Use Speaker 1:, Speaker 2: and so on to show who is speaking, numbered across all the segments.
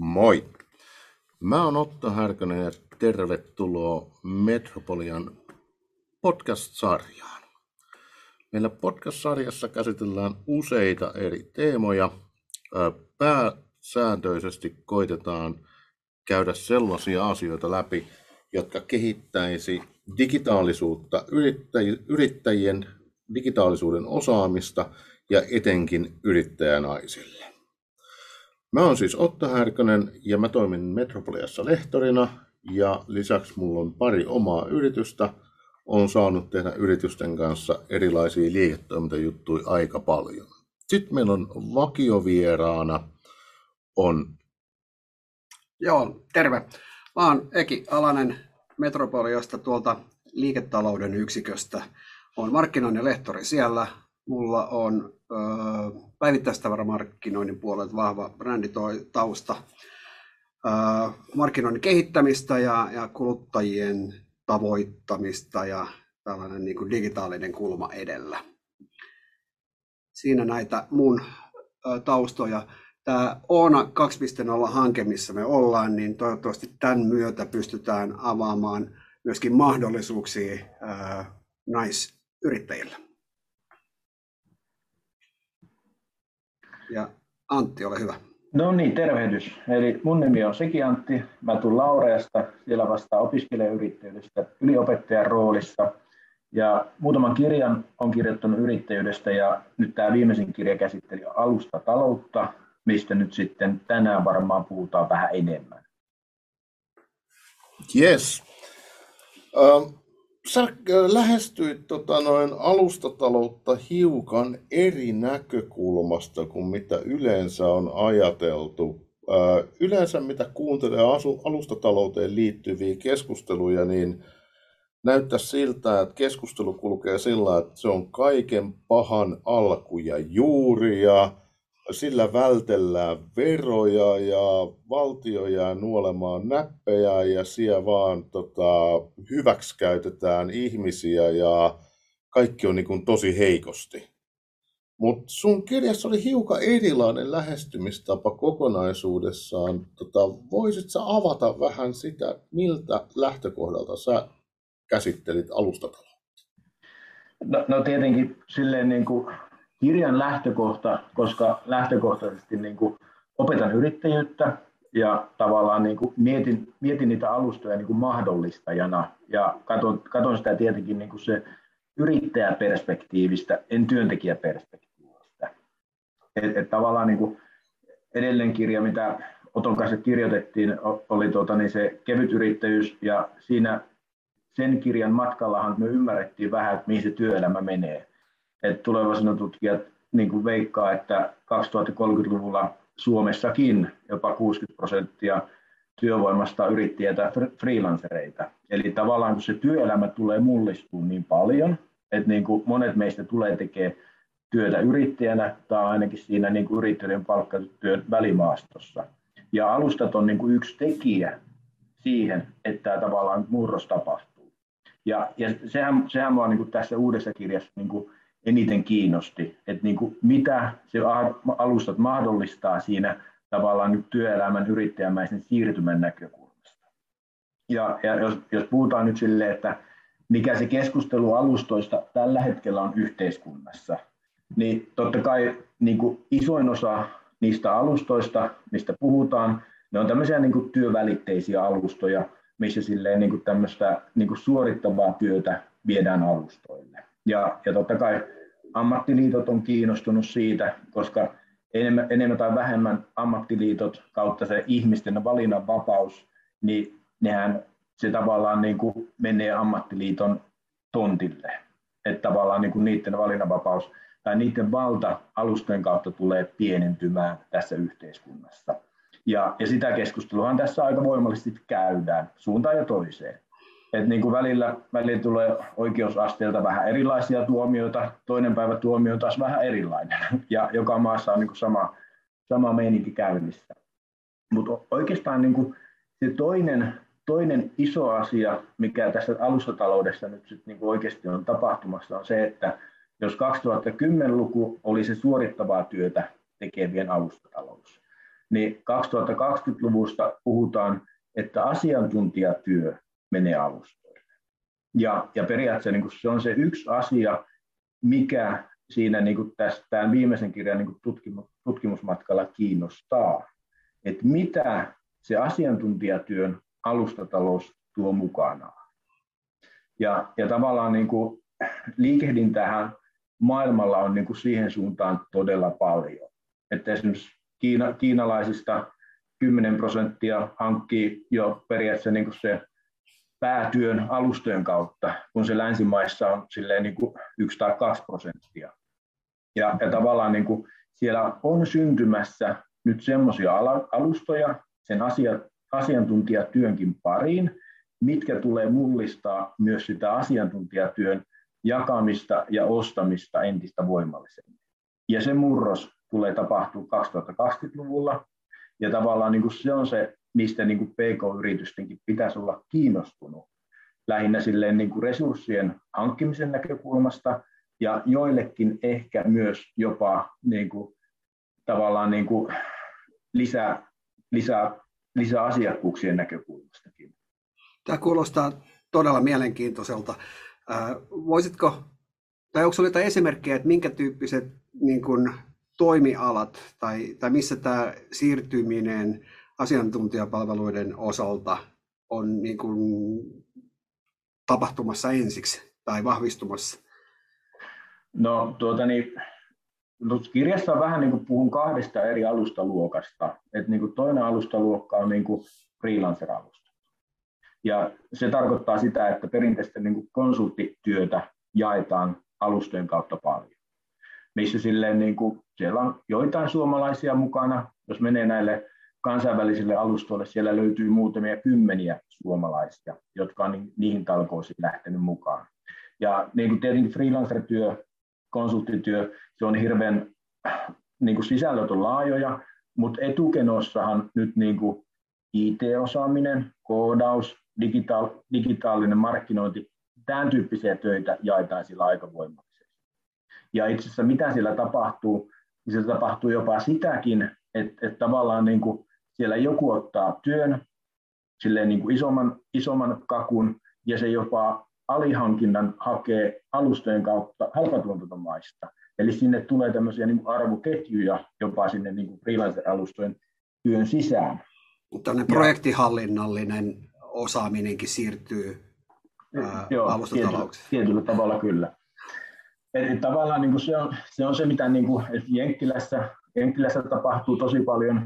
Speaker 1: Moi! Mä oon Otto Härkönen ja tervetuloa Metropolian podcast-sarjaan. Meillä podcast-sarjassa käsitellään useita eri teemoja. Pääsääntöisesti koitetaan käydä sellaisia asioita läpi, jotka kehittäisi digitaalisuutta, yrittäjien digitaalisuuden osaamista ja etenkin yrittäjänaisille. Mä oon siis Otto Härkönen ja mä toimin Metropoliassa lehtorina ja lisäksi mulla on pari omaa yritystä. Oon saanut tehdä yritysten kanssa erilaisia liiketoimintajuttuja aika paljon. Sitten meillä on vakiovieraana
Speaker 2: Joo, terve. Mä oon Eki Alanen Metropoliasta tuolta liiketalouden yksiköstä. Oon markkinoinnin lehtori siellä. Mulla on päivittäistavaramarkkinoinnin puolelta vahva bränditausta, markkinoinnin kehittämistä ja kuluttajien tavoittamista ja tällainen niin kuin digitaalinen kulma edellä. Siinä näitä mun taustoja. Tämä Oona 2.0-hanke, missä me ollaan, niin toivottavasti tämän myötä pystytään avaamaan myöskin mahdollisuuksia naisyrittäjille. Ja Antti, ole hyvä.
Speaker 3: No niin, tervehdys. Eli mun nimi on Seki Antti. Mä tulen Laureasta, siellä vastaan opiskelijayrittäjyydestä yliopettajan roolissa. Ja muutaman kirjan on kirjoittanut yrittäjyydestä ja nyt tämä viimeisin kirja käsitteli alustataloutta, mistä nyt sitten tänään varmaan puhutaan vähän enemmän.
Speaker 1: Yes. Sä lähestyit alustataloutta hiukan eri näkökulmasta kuin mitä yleensä on ajateltu. Yleensä mitä kuuntelee alustatalouteen liittyviä keskusteluja, niin näyttää siltä, että keskustelu kulkee sillä, että se on kaiken pahan alku ja juuri ja sillä vältellään veroja ja valtio jää nuolemaan näppejä ja siellä vaan hyväksikäytetään ihmisiä ja kaikki on niin kuin tosi heikosti. Mutta sun kirjassa oli hiukan erilainen lähestymistapa kokonaisuudessaan. Voisit sä avata vähän sitä, miltä lähtökohdalta sä käsittelit alustataloutta?
Speaker 3: No tietenkin silleen niin kuin kirjan lähtökohta, koska lähtökohtaisesti niin kuin opetan yrittäjyyttä ja tavallaan niin kuin mietin niitä alustoja niin kuin mahdollistajana ja katon sitä tietenkin niin kuin se yrittäjäperspektiivistä, en työntekijäperspektiivistä. Et tavallaan niin kuin edellinen kirja, mitä Oton kanssa kirjoitettiin, oli niin se kevyt yrittäjyys ja siinä sen kirjan matkallahan me ymmärrettiin vähän, että mihin se työelämä menee. Et tulevaisuuden tutkijat niin kuin veikkaa, että 2030-luvulla Suomessakin jopa 60% työvoimasta yrittäjiä tai freelancereita. Eli tavallaan kun se työelämä tulee mullistumaan niin paljon, että niin kuin monet meistä tulee tekemään työtä yrittäjänä tai ainakin siinä niin kuin yrittäjien palkkatyön välimaastossa. Ja alustat on niin kuin yksi tekijä siihen, että tämä tavallaan murros tapahtuu. Ja sehän mua niin kuin tässä uudessa kirjassa niin kuin eniten kiinnosti, että niin kuin mitä se alustat mahdollistaa siinä tavallaan nyt työelämän yrittäjämäisen siirtymän näkökulmasta. Ja jos puhutaan nyt silleen, että mikä se keskustelu alustoista tällä hetkellä on yhteiskunnassa, niin totta kai niin kuin isoin osa niistä alustoista, mistä puhutaan, ne on tämmöisiä niin kuin työvälitteisiä alustoja, missä silleen niin kuin tämmöistä niin kuin suorittavaa työtä viedään alustoille. Ja totta kai ammattiliitot on kiinnostunut siitä, koska enemmän tai vähemmän ammattiliitot kautta se ihmisten valinnanvapaus, niin se tavallaan niin kuin menee ammattiliiton tontille. Että tavallaan niin kuin niiden valinnanvapaus tai niiden valta alustojen kautta tulee pienentymään tässä yhteiskunnassa. Ja sitä keskusteluhan tässä aika voimallisesti käydään suuntaan ja toiseen. Et niin kuin välillä tulee oikeusasteelta vähän erilaisia tuomioita, toinen päivä tuomio on taas vähän erilainen. Ja joka maassa on niin kuin sama meininki käynnissä. Mutta oikeastaan niin kuin se toinen iso asia, mikä tässä alustataloudessa nyt sit niin kuin oikeasti on tapahtumassa, on se, että jos 2010-luku oli se suorittavaa työtä tekevien alustatalous, niin 2020-luvusta puhutaan, että asiantuntijatyö menee alustoille. Ja periaatteessa niin kuin se on se yksi asia, mikä siinä niin kuin tämän viimeisen kirjan niin kuin tutkimusmatkalla kiinnostaa, että mitä se asiantuntijatyön alustatalous tuo mukanaan. Ja tavallaan niin kuin liikehdintäähän maailmalla on niin kuin siihen suuntaan todella paljon. Että esimerkiksi kiinalaisista 10% hankkii jo periaatteessa niin kuin se päätyön alustojen kautta, kun se länsimaissa on silleen niin kuin 1 tai 2%. Ja tavallaan niin kuin siellä on syntymässä nyt semmoisia alustoja sen asiantuntijatyönkin pariin, mitkä tulee mullistaa myös sitä asiantuntijatyön jakamista ja ostamista entistä voimallisemmin. Ja se murros tulee tapahtua 2020-luvulla, ja tavallaan niin kuin se on se, mistä niin kuin PK-yritystenkin pitäisi olla kiinnostunut, lähinnä silleen niin kuin resurssien hankkimisen näkökulmasta, ja joillekin ehkä myös jopa niin kuin, tavallaan niin kuin lisää asiakkuuksien näkökulmastakin.
Speaker 2: Tämä kuulostaa todella mielenkiintoiselta. Voisitko, tai onko sinulla jotain esimerkkejä, että minkä tyyppiset niin kuin, toimialat tai missä tämä siirtyminen asiantuntijapalveluiden osalta on niin kuin, tapahtumassa ensiksi tai vahvistumassa?
Speaker 3: No kirjassa vähän niin kuin puhun 2 eri alustaluokasta. Et niin kuin toinen alustaluokka on niin kuin freelancer-alusta. Ja se tarkoittaa sitä, että perinteistä niin kuin konsulttityötä jaetaan alustojen kautta paljon. Missä silleen, niin kuin, siellä on joitain suomalaisia mukana. Jos menee näille kansainvälisille alustoille, siellä löytyy muutamia kymmeniä suomalaisia, jotka on niihin talkoisiin lähtenyt mukaan. Ja niin kuin tietenkin freelancer-työ, konsulttityö, se on hirveän niin kuin sisällöt on laajoja, mutta etukenossahan nyt niin kuin IT-osaaminen, koodaus, digitaalinen markkinointi, tämän tyyppisiä töitä jaetaan sillä aika voimallisesti. Ja itse asiassa mitä siellä tapahtuu, niin se tapahtuu jopa sitäkin, että tavallaan niin kuin siellä joku ottaa työn, silleen niin kuin isomman kakun, ja se jopa alihankinnan hakee alustojen kautta halpatuotantomaista. Eli sinne tulee tämmöisiä niin kuin arvoketjuja jopa sinne niin kuin freelancer-alustojen työn sisään.
Speaker 2: Tällainen projektihallinnallinen osaaminenkin siirtyy alustatalouksia.
Speaker 3: Tietyllä tavalla kyllä. Eli tavallaan niin kuin se on se, mitä niin kuin, Jenkkilässä tapahtuu tosi paljon,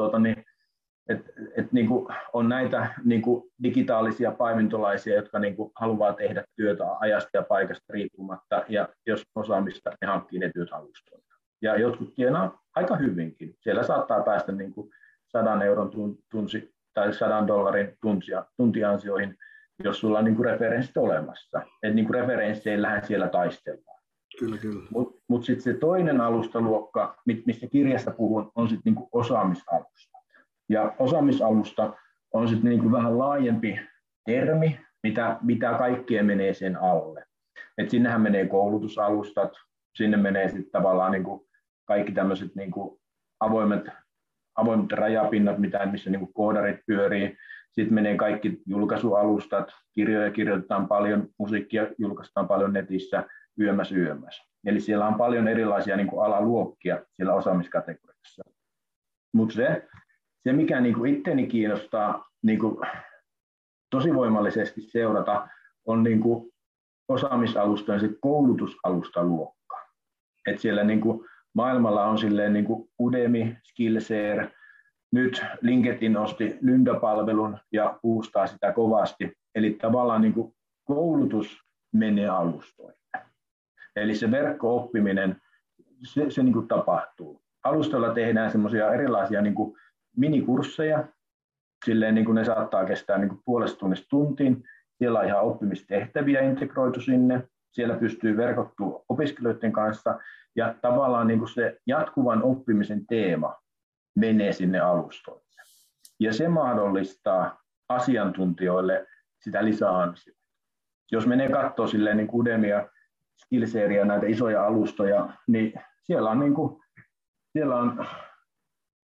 Speaker 3: että niin kuin on näitä niin kuin digitaalisia paimintolaisia, jotka niin kuin haluaa tehdä työtä ajasta ja paikasta riippumatta, ja jos osaamista, ne hankkii ne työt alustoilta. Ja jotkut tienaa aika hyvinkin. Siellä saattaa päästä niin kuin 100 euron tunti tai $100 tuntiansioihin, jos sulla on niin kuin referenssit olemassa. Et niin kuin referensseillähän siellä taistellaan.
Speaker 2: Kyllä.
Speaker 3: Mutta sitten se toinen alustaluokka, mistä kirjassa puhun, on sitten niin kuin osaamisalusta. Ja osaamisalusta on sitten niin kuin vähän laajempi termi, mitä kaikkea menee sen alle. Et sinnehän menee koulutusalustat, sinne menee sitten tavallaan niin kuin kaikki tämmöiset niin kuin avoimet rajapinnat, missä niin kuin koodarit pyörii. Sitten menee kaikki julkaisualustat, kirjoja kirjoitetaan paljon, musiikkia julkaistaan paljon netissä, yömäs. Eli siellä on paljon erilaisia niin kuin alaluokkia siellä osaamiskategoriassa. Mutta se, mikä niin kuin itteni kiinnostaa niin kuin tosi voimallisesti seurata, on niin kuin osaamisalustojen se koulutusalustaluokka. Et siellä niin kuin maailmalla on silleen niin kuin Udemy, Skillshare, nyt LinkedIn osti Lynda-palvelun ja boostaa sitä kovasti. Eli tavallaan niin kuin koulutus menee alustoille. Eli se verkko-oppiminen, se niin kuin tapahtuu. Alustoilla tehdään semmoisia erilaisia niin kuin minikursseja, silleen niin kuin ne saattaa kestää niin kuin puolesta tunnista tuntiin. Siellä on ihan oppimistehtäviä integroitu sinne. Siellä pystyy verkottumaan opiskelijoiden kanssa. Ja tavallaan niin kuin se jatkuvan oppimisen teema menee sinne alustoille. Ja se mahdollistaa asiantuntijoille sitä lisäansiota. Jos menee katsoa silleen niin kuin Udemia, Skillsharea, näitä isoja alustoja, niin siellä on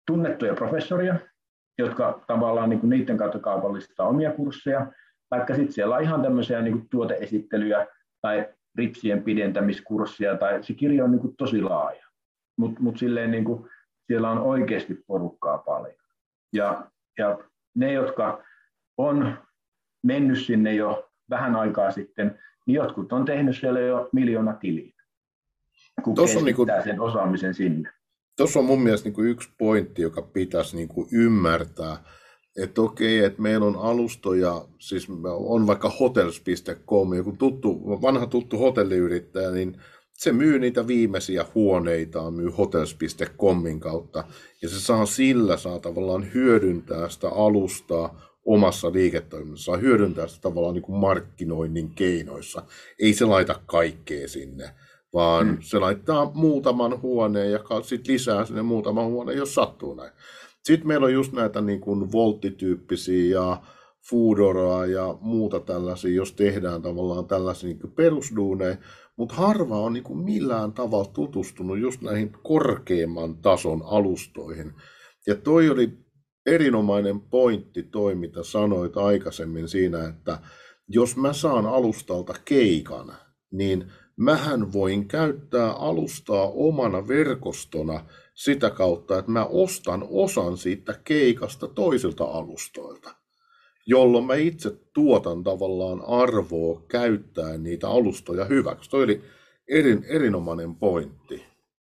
Speaker 3: tunnettuja professoria, jotka tavallaan niin kuin niiden kautta kaupallistaa omia kursseja, vaikka sitten siellä on ihan tämmöisiä niin kuin tuoteesittelyjä tai ripsien pidentämiskurssia, tai se kirjo on niin kuin tosi laaja, mutta silleen niin kuin siellä on oikeasti porukkaa paljon. Ja ne, jotka on mennyt sinne jo vähän aikaa sitten, niin jotkut on tehnyt siellä jo 1 000 000 tiliä, kun keskittää sen osaamisen sinne.
Speaker 1: Tuossa on mun mielestä yksi pointti, joka pitäisi ymmärtää, että okei, että meillä on alustoja, siis on vaikka hotels.com, joku vanha tuttu hotelliyrittäjä, niin se myy niitä viimeisiä huoneitaan, myy hotels.comin kautta, ja se saa tavallaan hyödyntää sitä alustaa omassa liiketoiminnassa, hyödyntää sitä tavallaan markkinoinnin keinoissa. Ei se laita kaikkea sinne, vaan se laittaa muutaman huoneen ja sitten lisää sinne muutaman huoneen, jos sattuu näin. Sitten meillä on just näitä Voltti-tyyppisiä ja Foodoraa ja muuta tällaisia, jos tehdään tavallaan tällaisia perusduuneja, mutta harva on millään tavalla tutustunut just näihin korkeamman tason alustoihin. Ja toi oli erinomainen pointti mitä sanoit aikaisemmin siinä, että jos mä saan alustalta keikan, niin mähän voin käyttää alustaa omana verkostona sitä kautta, että mä ostan osan siitä keikasta toisilta alustoilta, jolloin mä itse tuotan tavallaan arvoa käyttäen niitä alustoja hyväksi. Toi oli erinomainen pointti.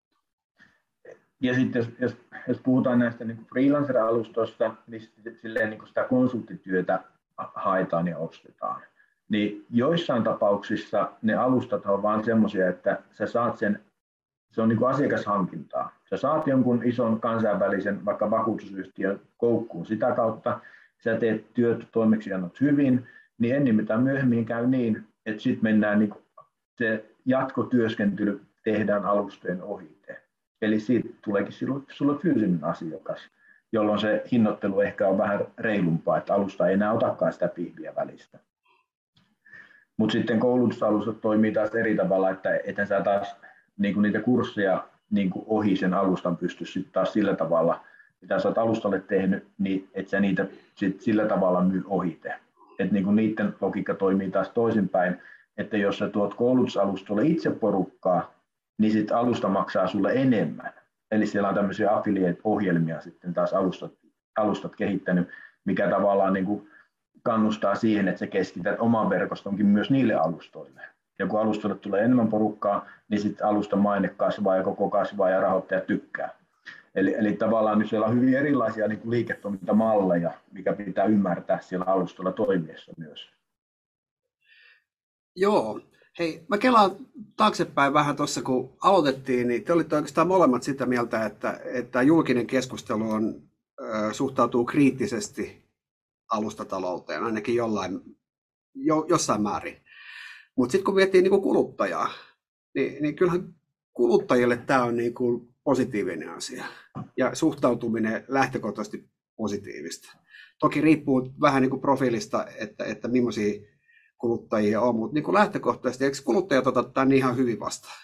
Speaker 3: Ja sitten jos puhutaan näistä freelancer-alustoista, niin silleen sitä konsulttityötä haetaan ja ostetaan. Niin joissain tapauksissa ne alustat on vaan semmoisia, että sä saat se on asiakashankintaa. Sä saat jonkun ison kansainvälisen vaikka vakuutusyhtiön koukkuun sitä kautta, sä teet työt toimeksiannot hyvin, niin ennen tai myöhemmin käy niin, että sitten mennään se jatkotyöskentely tehdään alustojen ohite. Eli siitä tuleekin sulle fyysinen asiakas, jolloin se hinnoittelu ehkä on vähän reilumpaa, että alusta ei enää otakaan sitä pihviä välistä. Mutta sitten koulutusalustat toimii taas eri tavalla, että ethän sä taas niitä kursseja ohi sen alustan pysty sitten taas sillä tavalla, mitä sä oot alustalle tehnyt, niin et sä niitä sit sillä tavalla myy ohite. Että niiden logiikka toimii taas toisinpäin, että jos sä tuot koulutusalustalle itse porukkaa, niin sitten alusta maksaa sulle enemmän. Eli siellä on tämmöisiä affiliate-ohjelmia sitten taas alustat kehittänyt, mikä tavallaan kannustaa siihen, että sä keskität oman verkostonkin myös niille alustoille. Ja kun alustoille tulee enemmän porukkaa, niin sitten alustan maine kasvaa ja koko kasvaa ja rahoittajat tykkää. Eli tavallaan nyt siellä on hyvin erilaisia liiketoimintamalleja, mikä pitää ymmärtää siellä alustolla toimiessa myös.
Speaker 2: Joo. Hei, mä kelaan taaksepäin vähän tuossa, kun aloitettiin, niin te olitte oikeastaan molemmat sitä mieltä, että julkinen keskustelu suhtautuu kriittisesti alustatalouteen, ainakin jossain määrin. Mutta sitten kun miettii kuluttajaa, niin kyllähän kuluttajille tämä on positiivinen asia ja suhtautuminen lähtökohtaisesti positiivista. Toki riippuu vähän profiilista, että millaisia kuluttajia on, mutta lähtökohtaisesti, eikö kuluttajat ota tämän ihan hyvin vastaan?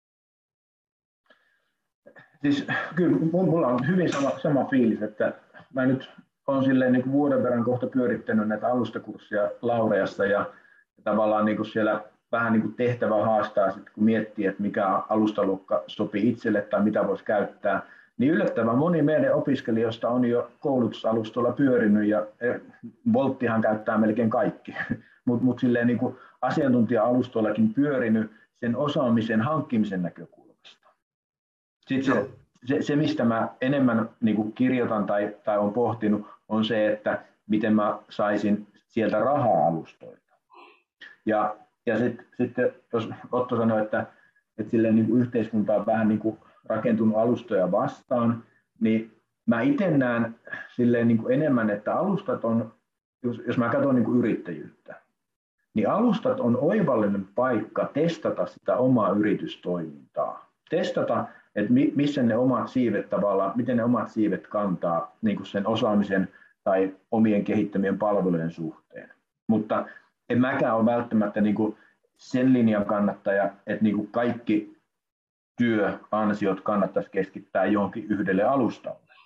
Speaker 3: Siis kyllä mulla on hyvin sama fiilis, että mä nyt olen silleen vuoden verran kohta pyörittänyt näitä alustakursseja Laureassa ja tavallaan siellä vähän tehtävä haastaa sit, kun miettii, että mikä alustaluokka sopii itselle tai mitä voisi käyttää, niin yllättävän moni meidän opiskelijoista on jo koulutusalustolla pyörinyt ja Volttihan käyttää melkein kaikki, mutta silleen asiantuntija-alustoillakin pyörinyt sen osaamisen hankkimisen näkökulmasta. Sitten se mistä mä enemmän kirjoitan tai olen pohtinut, on se, että miten mä saisin sieltä rahaa alustoilta. Ja sitten jos Otto sanoi, että silleen yhteiskunta on vähän rakentunut alustoja vastaan, niin mä itse näen silleen enemmän, että alustat on, jos mä katson yrittäjyyttä, niin alustat on oivallinen paikka testata sitä omaa yritystoimintaa. Testata, että missä ne omat siivet tavallaan, miten ne omat siivet kantaa sen osaamisen tai omien kehittämien palvelujen suhteen. Mutta en mäkään ole välttämättä sen linjan kannattaja, että kaikki työansiot kannattaisi keskittää johonkin yhdelle alustalle.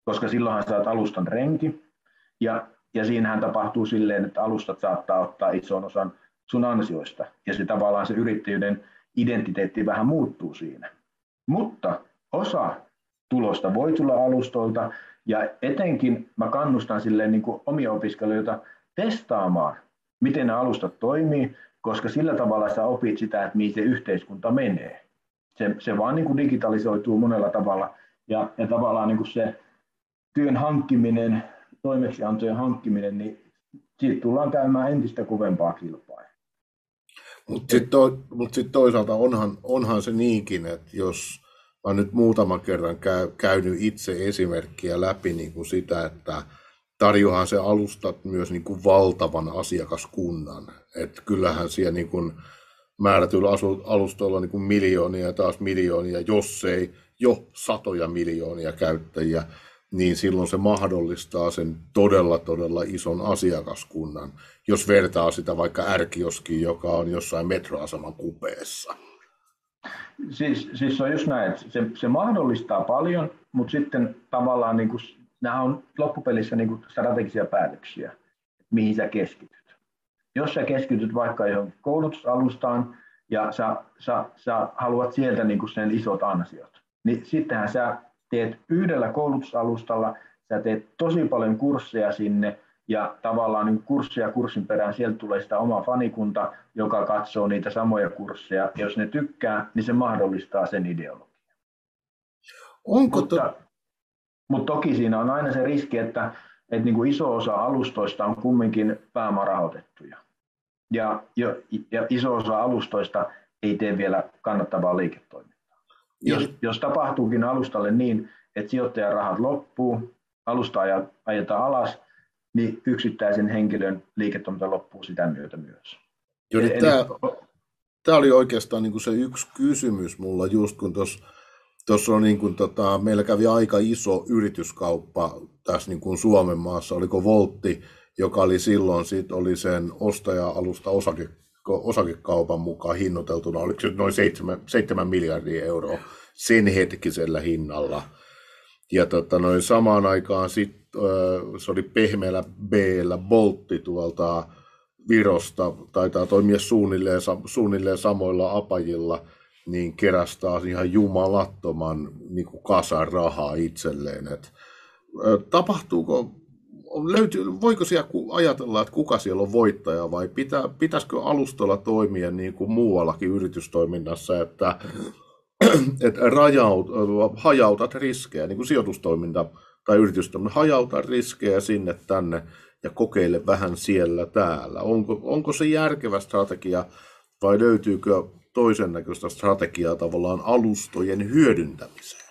Speaker 3: koska silloinhan sä oot alustan renki, ja siinähän tapahtuu silleen, että alustat saattaa ottaa ison osan sun ansioista, ja se tavallaan se yrittäjyyden identiteetti vähän muuttuu siinä. Mutta osa tulosta voi tulla alustoilta, ja etenkin mä kannustan silleen niin kuin omia opiskelijoita testaamaan, miten ne alustat toimii, koska sillä tavalla sä opit sitä, että mihin se yhteiskunta menee. Se vaan niin kuin digitalisoituu monella tavalla, ja tavallaan niin kuin se työn hankkiminen, toimeksiantojen hankkiminen, niin siitä tullaan käymään entistä kovempaa kilpaa.
Speaker 1: Mutta sitten toisaalta onhan se niinkin, että jos mä nyt muutaman kerran käynyt itse esimerkkiä läpi niin kuin sitä, että tarjoaa se alustat myös niin kuin valtavan asiakaskunnan. Että kyllähän siellä niin kuin määrätyillä alustoilla on niin kuin miljoonia ja taas miljoonia, jos ei jo satoja miljoonia käyttäjiä, niin silloin se mahdollistaa sen todella ison asiakaskunnan, jos vertaa sitä vaikka R-kioskiin, joka on jossain metroaseman kupeessa.
Speaker 3: Siis on just näin, että se mahdollistaa paljon, mutta sitten tavallaan niin kuin, nämä on loppupelissä niin kuin strategisia päätöksiä, mihin sä keskityt. Jos sä keskityt vaikka johon koulutusalustaan ja sä haluat sieltä niin kuin sen isot ansiot, niin sittenhän sä teet yhdellä koulutusalustalla, sä teet tosi paljon kursseja sinne, ja tavallaan niin kurssia kurssin perään sieltä tulee sitä oma fanikunta, joka katsoo niitä samoja kursseja. Jos ne tykkää, niin se mahdollistaa sen ideologian. Mutta toki siinä on aina se riski, että niin kuin iso osa alustoista on kumminkin pääomarahoitettuja. Ja iso osa alustoista ei tee vielä kannattavaa liiketoimintaa. Jos tapahtuukin alustalle niin, että sijoittajan rahat loppuu, alusta ajetaan alas, niin yksittäisen henkilön liiketoiminta loppuu sitä myötä myös.
Speaker 1: Tämä oli oikeastaan niin kuin se yksi kysymys mulla, just kun tuossa on niin kuin, meillä kävi aika iso yrityskauppa tässä niin kuin Suomen maassa, oliko Voltti, joka oli silloin oli sen ostaja-alusta osakekaupan mukaan hinnoiteltuna, oliko se noin 7 miljardia euroa sen hetkisellä hinnalla. Ja samaan aikaan se oli pehmeällä B-llä Boltti tuolta Virosta, taitaa toimia suunnilleen samoilla apajilla, niin keräsi taas ihan jumalattoman niin kuin kasan rahaa itselleen. Voiko siellä ajatella, että kuka siellä on voittaja vai pitäisikö alustoilla toimia niin kuin muuallakin yritystoiminnassa, että hajautat riskejä, niin kuin sijoitustoiminta tai yritystoiminta, hajautat riskejä sinne tänne ja kokeile vähän siellä täällä. Onko se järkevä strategia vai löytyykö toisen näköistä strategiaa tavallaan alustojen hyödyntämiseen?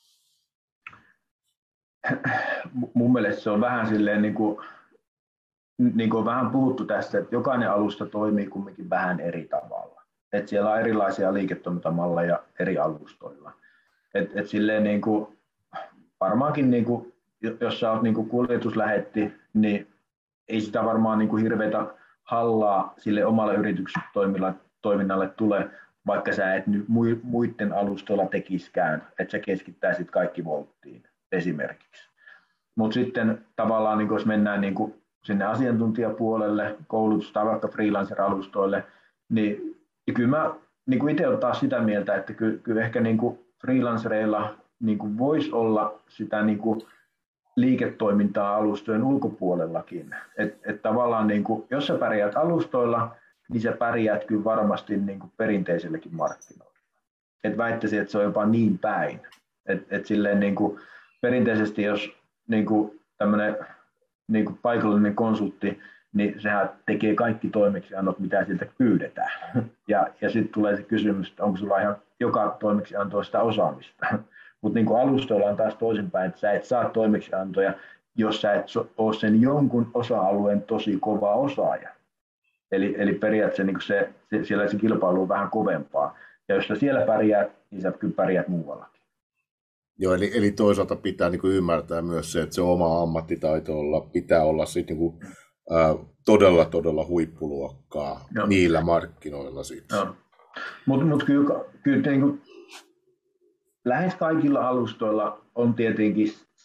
Speaker 3: Mun mielestä se on vähän silleen, niin kuin on vähän puhuttu tästä, että jokainen alusta toimii kumminkin vähän eri tavalla. Että siellä on erilaisia liiketoimintamalleja eri alustoilla. Et silleen niin kuin, varmaankin niin kuin, jos sä oot niin kuin kuljetuslähetti, niin ei sitä varmaan niin kuin hirveätä hallaa sille omalle yritystoiminnalle tule, vaikka sä et nyt muiden alustoilla tekiskään, että sä keskittäisit kaikki Volttiin esimerkiksi. Mutta sitten tavallaan, niin jos mennään niin kuin sinne asiantuntijapuolelle, koulutus- tai vaikka freelancer-alustoille, niin kyllä mä niin itse olen taas sitä mieltä, että kyllä ehkä niin kuin freelancereilla niin voisi olla sitä niin kuin liiketoimintaa alustojen ulkopuolellakin. Et tavallaan, niin kuin, jos sä pärjäät alustoilla, niin sä pärjäät kyllä varmasti niin kuin perinteiselläkin markkinoilla. Et väittäisin, että se on jopa niin päin. Et silleen niin kuin perinteisesti, jos niin kuin tämmöinen niin kuin paikallinen konsultti, niin sehän tekee kaikki toimeksiannot, mitä siltä pyydetään. Ja sitten tulee se kysymys, että onko sulla ihan joka toimeksiantoa sitä osaamista. Mutta niin alustoilla on taas toisinpäin, että sä et saa toimeksiantoja, jos sä et ole sen jonkun osa-alueen tosi kova osaaja. Eli periaatteessa niin siellä se kilpailu on vähän kovempaa. Ja jos sä siellä pärjäät, niin sä kyllä pärjäät muuallakin.
Speaker 1: Joo, eli toisaalta pitää niin kuin ymmärtää myös se, että se oma ammattitaito pitää olla sitten niin kuin, todella huippuluokkaa niillä markkinoilla sitten.
Speaker 3: Mutta kyllä niin kuin lähes kaikilla alustoilla on tietenkin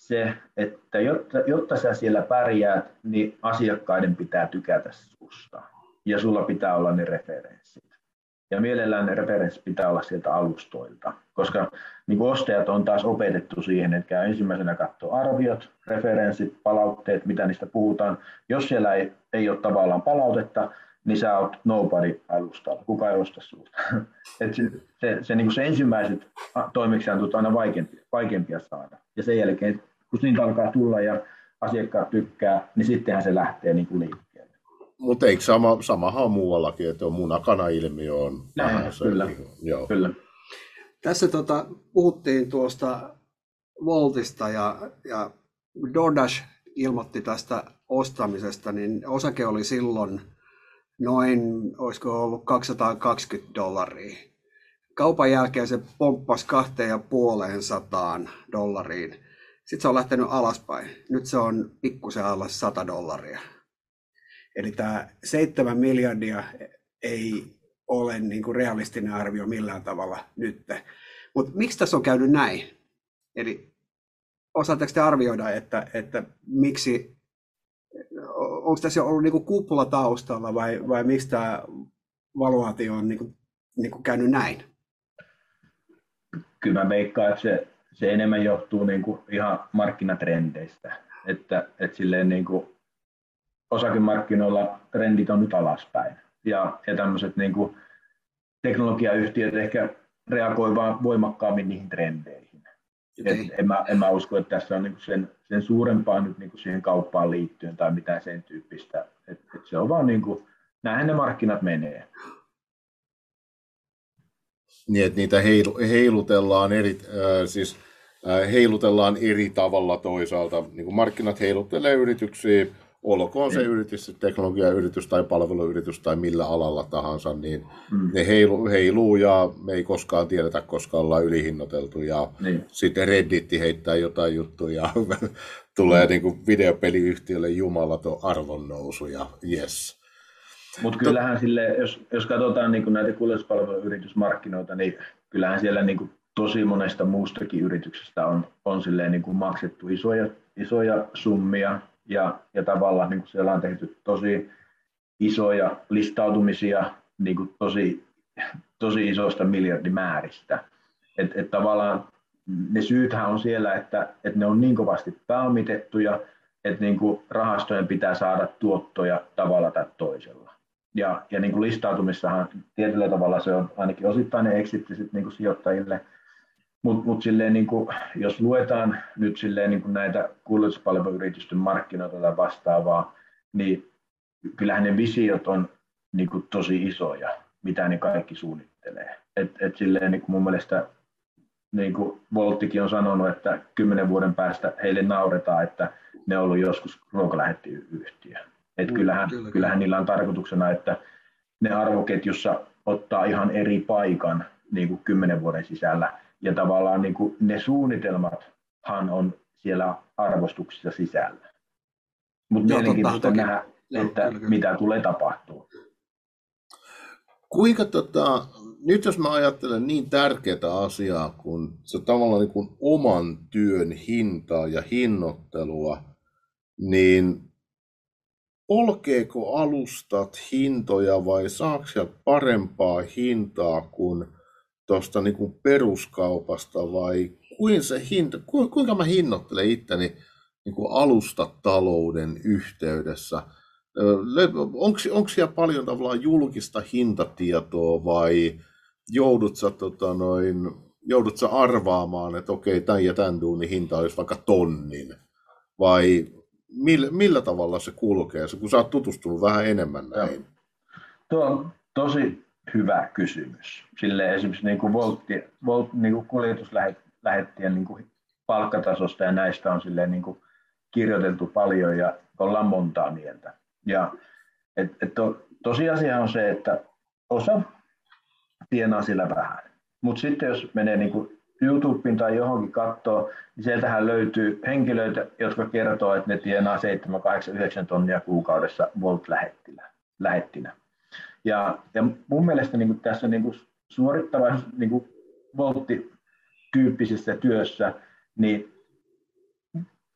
Speaker 3: se, että jotta sä siellä pärjäät, niin asiakkaiden pitää tykätä susta. Ja sulla pitää olla ne referenssit. Ja mielellään ne referenssit pitää olla sieltä alustoilta, koska niin kuin ostajat on taas opetettu siihen, että käy ensimmäisenä katsoa arviot, referenssit, palautteet, mitä niistä puhutaan. Jos siellä ei ole tavallaan palautetta, niin sä oot nobody alustalla, kuka ei osta sulta. Niin se ensimmäiset toimeksiannot on aina vaikeampia saada. Ja sen jälkeen, kun niitä alkaa tulla ja asiakkaat tykkää, niin sittenhän se lähtee niin kuin liikkeelle.
Speaker 1: Mutta eikö samahan on muuallakin, että on munakana-ilmiö on vähän se.
Speaker 3: Kyllä,
Speaker 1: joo.
Speaker 3: Kyllä.
Speaker 2: Tässä puhuttiin tuosta Woltista ja DoorDash ilmoitti tästä ostamisesta, niin osake oli silloin noin, olisiko ollut $220. Kaupan jälkeen se pomppasi $250. Sitten se on lähtenyt alaspäin. Nyt se on pikkusen alle $100. Eli tämä 7 miljardia ei ole niin kuin realistinen arvio millään tavalla nyt. Mutta miksi tässä on käynyt näin? Eli osaatteko te arvioida, että miksi, onko tässä ollut niin kuin kupla taustalla vai miksi tämä valuaatio on niin kuin käynyt näin?
Speaker 3: Kyllä mä veikkaan, että se enemmän johtuu niin kuin ihan markkinatrendeistä, että silleen niin kuin osakemarkkinoilla trendit on nyt alaspäin ja tämmöiset niin kuin teknologiayhtiöt ehkä reagoi vaan voimakkaammin niihin trendeihin. Okay. En mä usko, että tässä on niin kuin sen suurempaa nyt niin kuin siihen kauppaan liittyen tai mitään sen tyyppistä. Että se on vaan niin kuin, näinhän ne markkinat menee.
Speaker 1: Niin, että niitä heilutellaan eri tavalla toisaalta. Niin kuin markkinat heiluttelee yrityksiä, olkoon se yritys, teknologiayritys tai palveluyritys tai millä alalla tahansa, niin ne heiluu ja me ei koskaan tiedetä, koska ollaan ylihinnoiteltu. Ja sitten Reddit heittää jotain juttuja ja tulee niin kuin videopeliyhtiölle jumalaton arvonnousu ja yes.
Speaker 3: Mutta kyllähän jos katsotaan niin näitä kuljetuspalveluyritysmarkkinoita, niin kyllähän siellä niin tosi monesta muustakin yrityksestä on silleen niin maksettu isoja summia ja tavallaan niin siellä on tehty tosi isoja listautumisia niin tosi isoista miljardimääristä. Et tavallaan ne syythän on siellä, että ne on niin kovasti pääomitettuja, että niin rahastojen pitää saada tuottoja tavalla tai toisella. Ja niin listautumissahan tietyllä tavalla se on ainakin osittainen exitti niin sijoittajille, mutta silleen niin jos luetaan nyt silleen niin näitä kuljetuspalveluyritysten markkinoita tai vastaavaa, niin kyllähän ne visiot on niin tosi isoja, mitä ne kaikki suunnittelee. Et silleen niin mun mielestä niin Wolttikin on sanonut, että 10 vuoden päästä heille nauretaan, että ne on ollut joskus ruokalähettiyhtiö. Kyllähän niillä on tarkoituksena, että ne arvoketjussa ottaa ihan eri paikan niin 10 vuoden sisällä. Ja tavallaan niin ne suunnitelmathan on siellä arvostuksissa sisällä. Mutta mielenkiintoista nähdä, että mitä tulee tapahtuu.
Speaker 1: Kuinka nyt jos mä ajattelen niin tärkeää asiaa kuin se tavallaan niin kuin oman työn hintaa ja hinnoittelua, niin polkeeko alustat hintoja vai saako siellä parempaa hintaa kuin tuosta niin kuin peruskaupasta vai kuinka mä hinnoittelen itteni niin kuin alustatalouden yhteydessä? Onko siellä paljon tavallaan julkista hintatietoa vai joudut sä arvaamaan, että okei, tämän ja tämän duunin hinta olisi vaikka 1,000 vai millä tavalla se kulkee, kun sä oot tutustunut vähän enemmän näihin?
Speaker 3: Tuo on tosi hyvä kysymys. Silleen esimerkiksi niin kuin Wolt niin kuin kuljetuslähettien niin kuin palkkatasosta ja näistä on silleen niin kuin kirjoiteltu paljon ja ollaan montaa mieltä. Ja tosiasia on se, että osa tienaa sillä vähän. Mutta sitten jos menee niin kuin YouTubeen tai johonkin katsoo, niin sieltähän löytyy henkilöitä, jotka kertoo, että ne tienaa 7, 8, 9 tonnia kuukaudessa Wolt-lähettinä. Ja mun mielestä niin kuin tässä niin kuin suorittavassa niin Woltti-tyyppisessä työssä, niin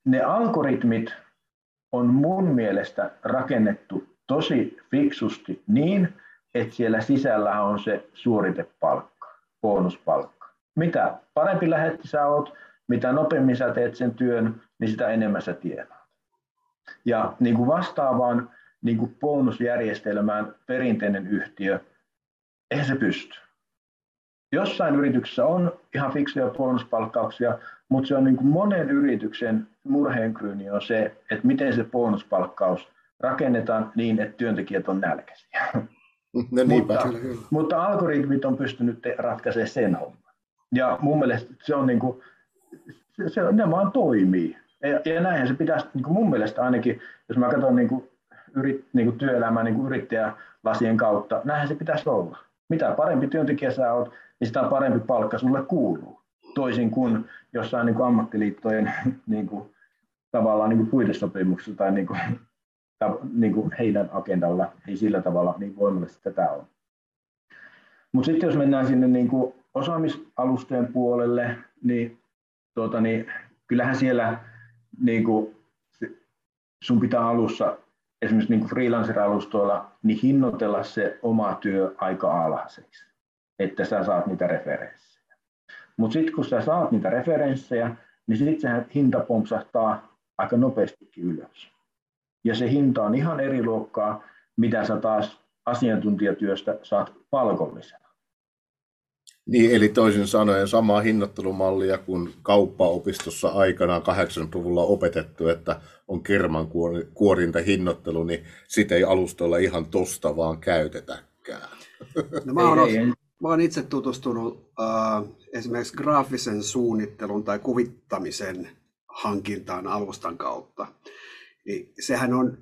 Speaker 3: ne algoritmit on mun mielestä rakennettu tosi fiksusti niin, että siellä sisällä on se suoritepalkka, bonuspalkka. Mitä parempi lähetti sä oot, mitä nopeammin sä teet sen työn, niin sitä enemmän sä tienaat. Ja niin kuin vastaavaan niin kuin bonusjärjestelmään perinteinen yhtiö, eihän se pysty. Jossain yrityksessä on ihan fiksuja bonuspalkkauksia, mutta se on niin kuin monen yrityksen murheenkryyni on se, että miten se bonuspalkkaus rakennetaan niin, että työntekijät on nälkäisiä.
Speaker 1: No,
Speaker 3: mutta algoritmit on pystynyt ratkaisemaan sen homman. Ja mun mielestä se on niin kuin, ne vaan toimii. Ja näinhän se pitäisi niin kuin mun mielestä ainakin, jos mä katson niin kuin työelämää niin kuin yrittäjälasien kautta, näinhän se pitäisi olla. Mitä parempi työntekijä sä oot, niin sitä parempi palkka sulle kuuluu. Toisin kuin jossain niin kuin ammattiliittojen niin kuin, tavallaan niin kuin puitesopimuksessa tai niin kuin heidän agendalla, ei sillä tavalla niin voimallisesti tätä ole. Mutta sitten jos mennään sinne niin kuin osaamisalustojen puolelle, niin, kyllähän siellä niin kuin, sun pitää alussa, esimerkiksi niin kuin freelancer-alustoilla, niin hinnoitella se oma työ aika alhaiseksi, että sä saat niitä referenssejä. Mutta sitten kun sä saat niitä referenssejä, niin sitten se hinta pompsahtaa aika nopeastikin ylös. Ja se hinta on ihan eri luokkaa, mitä sä taas asiantuntijatyöstä saat palkollisena.
Speaker 1: Niin, eli toisin sanoen samaa hinnoittelumallia kuin kauppaopistossa aikanaan 80-luvulla opetettu, että on kermankuorinta hinnoittelu, niin sitä ei alustoilla ihan tosta vaan käytetäkään.
Speaker 2: No, mä oon itse tutustunut esimerkiksi graafisen suunnittelun tai kuvittamisen hankintaan alustan kautta. Niin sehän on,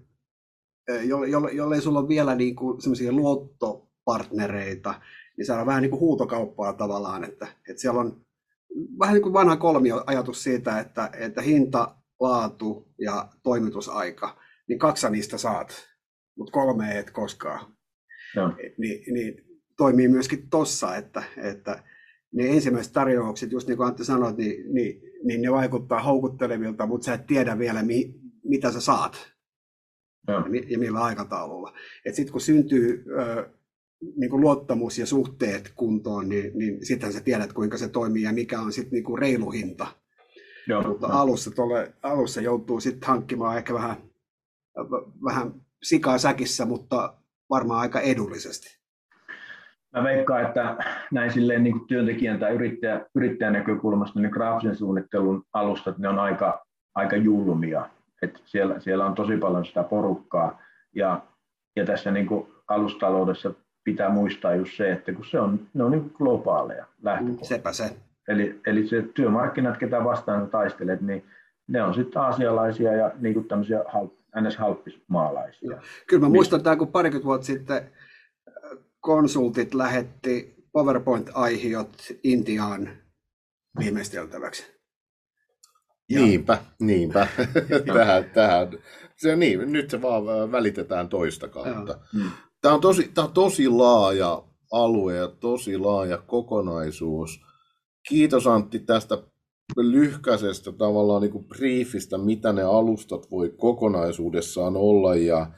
Speaker 2: jollei sulla ole vielä niinku semmoisia luottopartnereita, niin se on vähän niin kuin huutokauppaa tavallaan, että siellä on vähän niin kuin vanha kolmioajatus siitä, että hinta, laatu ja toimitusaika, niin 2 niistä saat, mutta 3 et koskaan.
Speaker 3: No.
Speaker 2: Niin toimii myöskin tossa, että ne ensimmäiset tarjoukset, just niin kuin Antti sanoit, niin ne vaikuttaa houkuttelevilta, mutta sä et tiedä vielä, mitä sä saat ja millä aikataululla. Sitten kun syntyy niin kuin luottamus ja suhteet kuntoon, niin sittenhän sä tiedät, kuinka se toimii ja mikä on sitten niin kuin reilu hinta. Mutta alussa joutuu sitten hankkimaan ehkä vähän sikaa säkissä, mutta varmaan aika edullisesti.
Speaker 3: Mä veikkaan, että näin silleen niin kuin työntekijän tai yrittäjän näkökulmasta niin graafisen suunnittelun alustat, ne on aika julmia. Et siellä on tosi paljon sitä porukkaa ja tässä niin kuin alustaloudessa pitää muistaa just se, että kun ne on niin kuin globaaleja lähtökohtia.
Speaker 2: Sepä se.
Speaker 3: Eli se työmarkkinat, ketä vastaan taistelet, niin ne on sitten aasialaisia ja niin kuin tämmöisiä NS-halppismaalaisia.
Speaker 2: Kyllä mä muistan, että kun parikymmentä vuotta sitten konsultit lähetti PowerPoint-aihiot Intiaan viimeisteltäväksi.
Speaker 1: Niinpä. tähän. Se, niin, nyt se vaan välitetään toista kautta. Tämä on tosi laaja alue ja tosi laaja kokonaisuus. Kiitos Antti tästä lyhkäisestä tavallaan niin kuin briefistä, mitä ne alustat voi kokonaisuudessaan olla. Ja,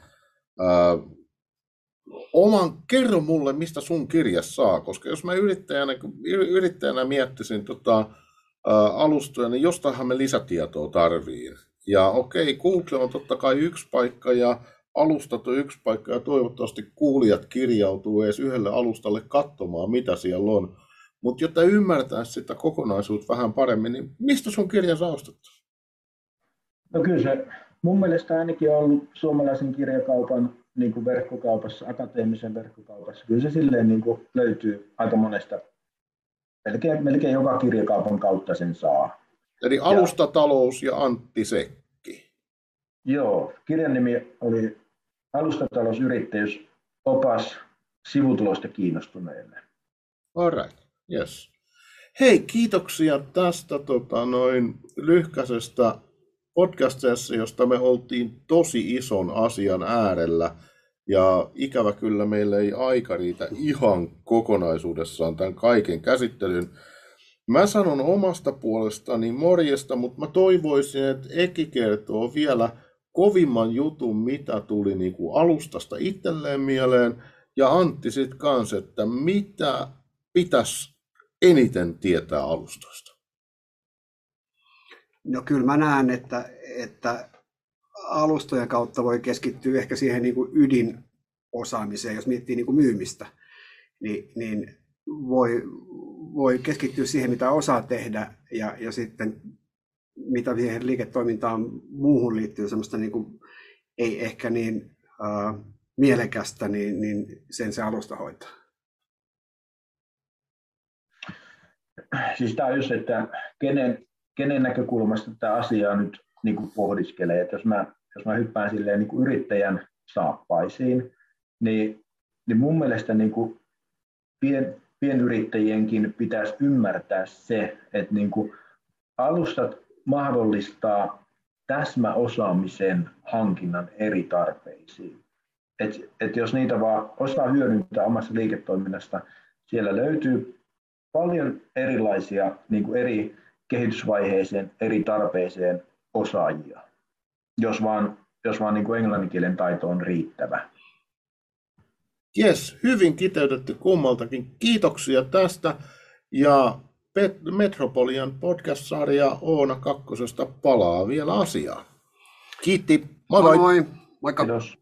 Speaker 1: kerro mulle, mistä sun kirjas saa, koska jos mä yrittäjänä miettisin alustoja, niin jostainhan me lisätietoa tarvii. Ja okei, Google on totta kai yksi paikka ja alustat on yksi paikka ja toivottavasti kuulijat kirjautuu edes yhdelle alustalle katsomaan, mitä siellä on. Mutta jotta ymmärtää sitä kokonaisuutta vähän paremmin, niin mistä sun kirja saa ostettu?
Speaker 3: No kyllä se mun mielestä ainakin on ollut suomalaisen kirjakaupan niin kuin verkkokaupassa, akateemisen verkkokaupassa. Kyllä se silleen niin kuin löytyy aika monesta, melkein joka kirjakaupan kautta sen saa.
Speaker 1: Eli Alustatalous ja Antti Sekki.
Speaker 3: Joo, kirjan nimi oli Alustatalousyrittäjyys, opas sivutulosta kiinnostuneille.
Speaker 1: Alright, yes. Hei, kiitoksia tästä lyhkäisestä podcast-sessiosta, josta me oltiin tosi ison asian äärellä. Ja ikävä kyllä meillä ei aika riitä ihan kokonaisuudessaan tämän kaiken käsittelyyn. Mä sanon omasta puolestani morjesta, mutta mä toivoisin, että Eki kertoo vielä kovimman jutun, mitä tuli niin kuin alustasta itselleen mieleen, ja Antti sitten kanssa, että mitä pitäisi eniten tietää alustasta.
Speaker 2: No kyllä mä näen, että alustojen kautta voi keskittyä ehkä siihen niin kuin ydinosaamiseen, jos miettii niin kuin myymistä, niin voi keskittyä siihen, mitä osaa tehdä, ja sitten mitä siihen liiketoimintaan muuhun liittyy, semmoista niin kuin, ei ehkä niin mielekästä, niin sen se alusta hoitaa.
Speaker 3: Siis tämä on just, että kenen näkökulmasta tämä asiaa nyt niin kuin pohdiskelee. Että jos mä hyppään silleen niin kuin yrittäjän saappaisiin, niin mun mielestä niin kuin pienyrittäjienkin pitäisi ymmärtää se, että niin kuin alustat mahdollistaa täsmäosaamisen hankinnan eri tarpeisiin. Et jos niitä vaan osaa hyödyntää omassa liiketoiminnasta, siellä löytyy paljon erilaisia niin kuin eri kehitysvaiheeseen, eri tarpeeseen osaajia, jos vaan niin kuin englannin kielen taito on riittävä.
Speaker 1: Jes, hyvin kiteytetty kummaltakin. Kiitoksia tästä. Ja Metropolian podcast-sarja Oona Kakkosesta palaa vielä asiaan. Kiitti. Moi moi.
Speaker 2: Moi moi. Moikka.
Speaker 3: Kiitos.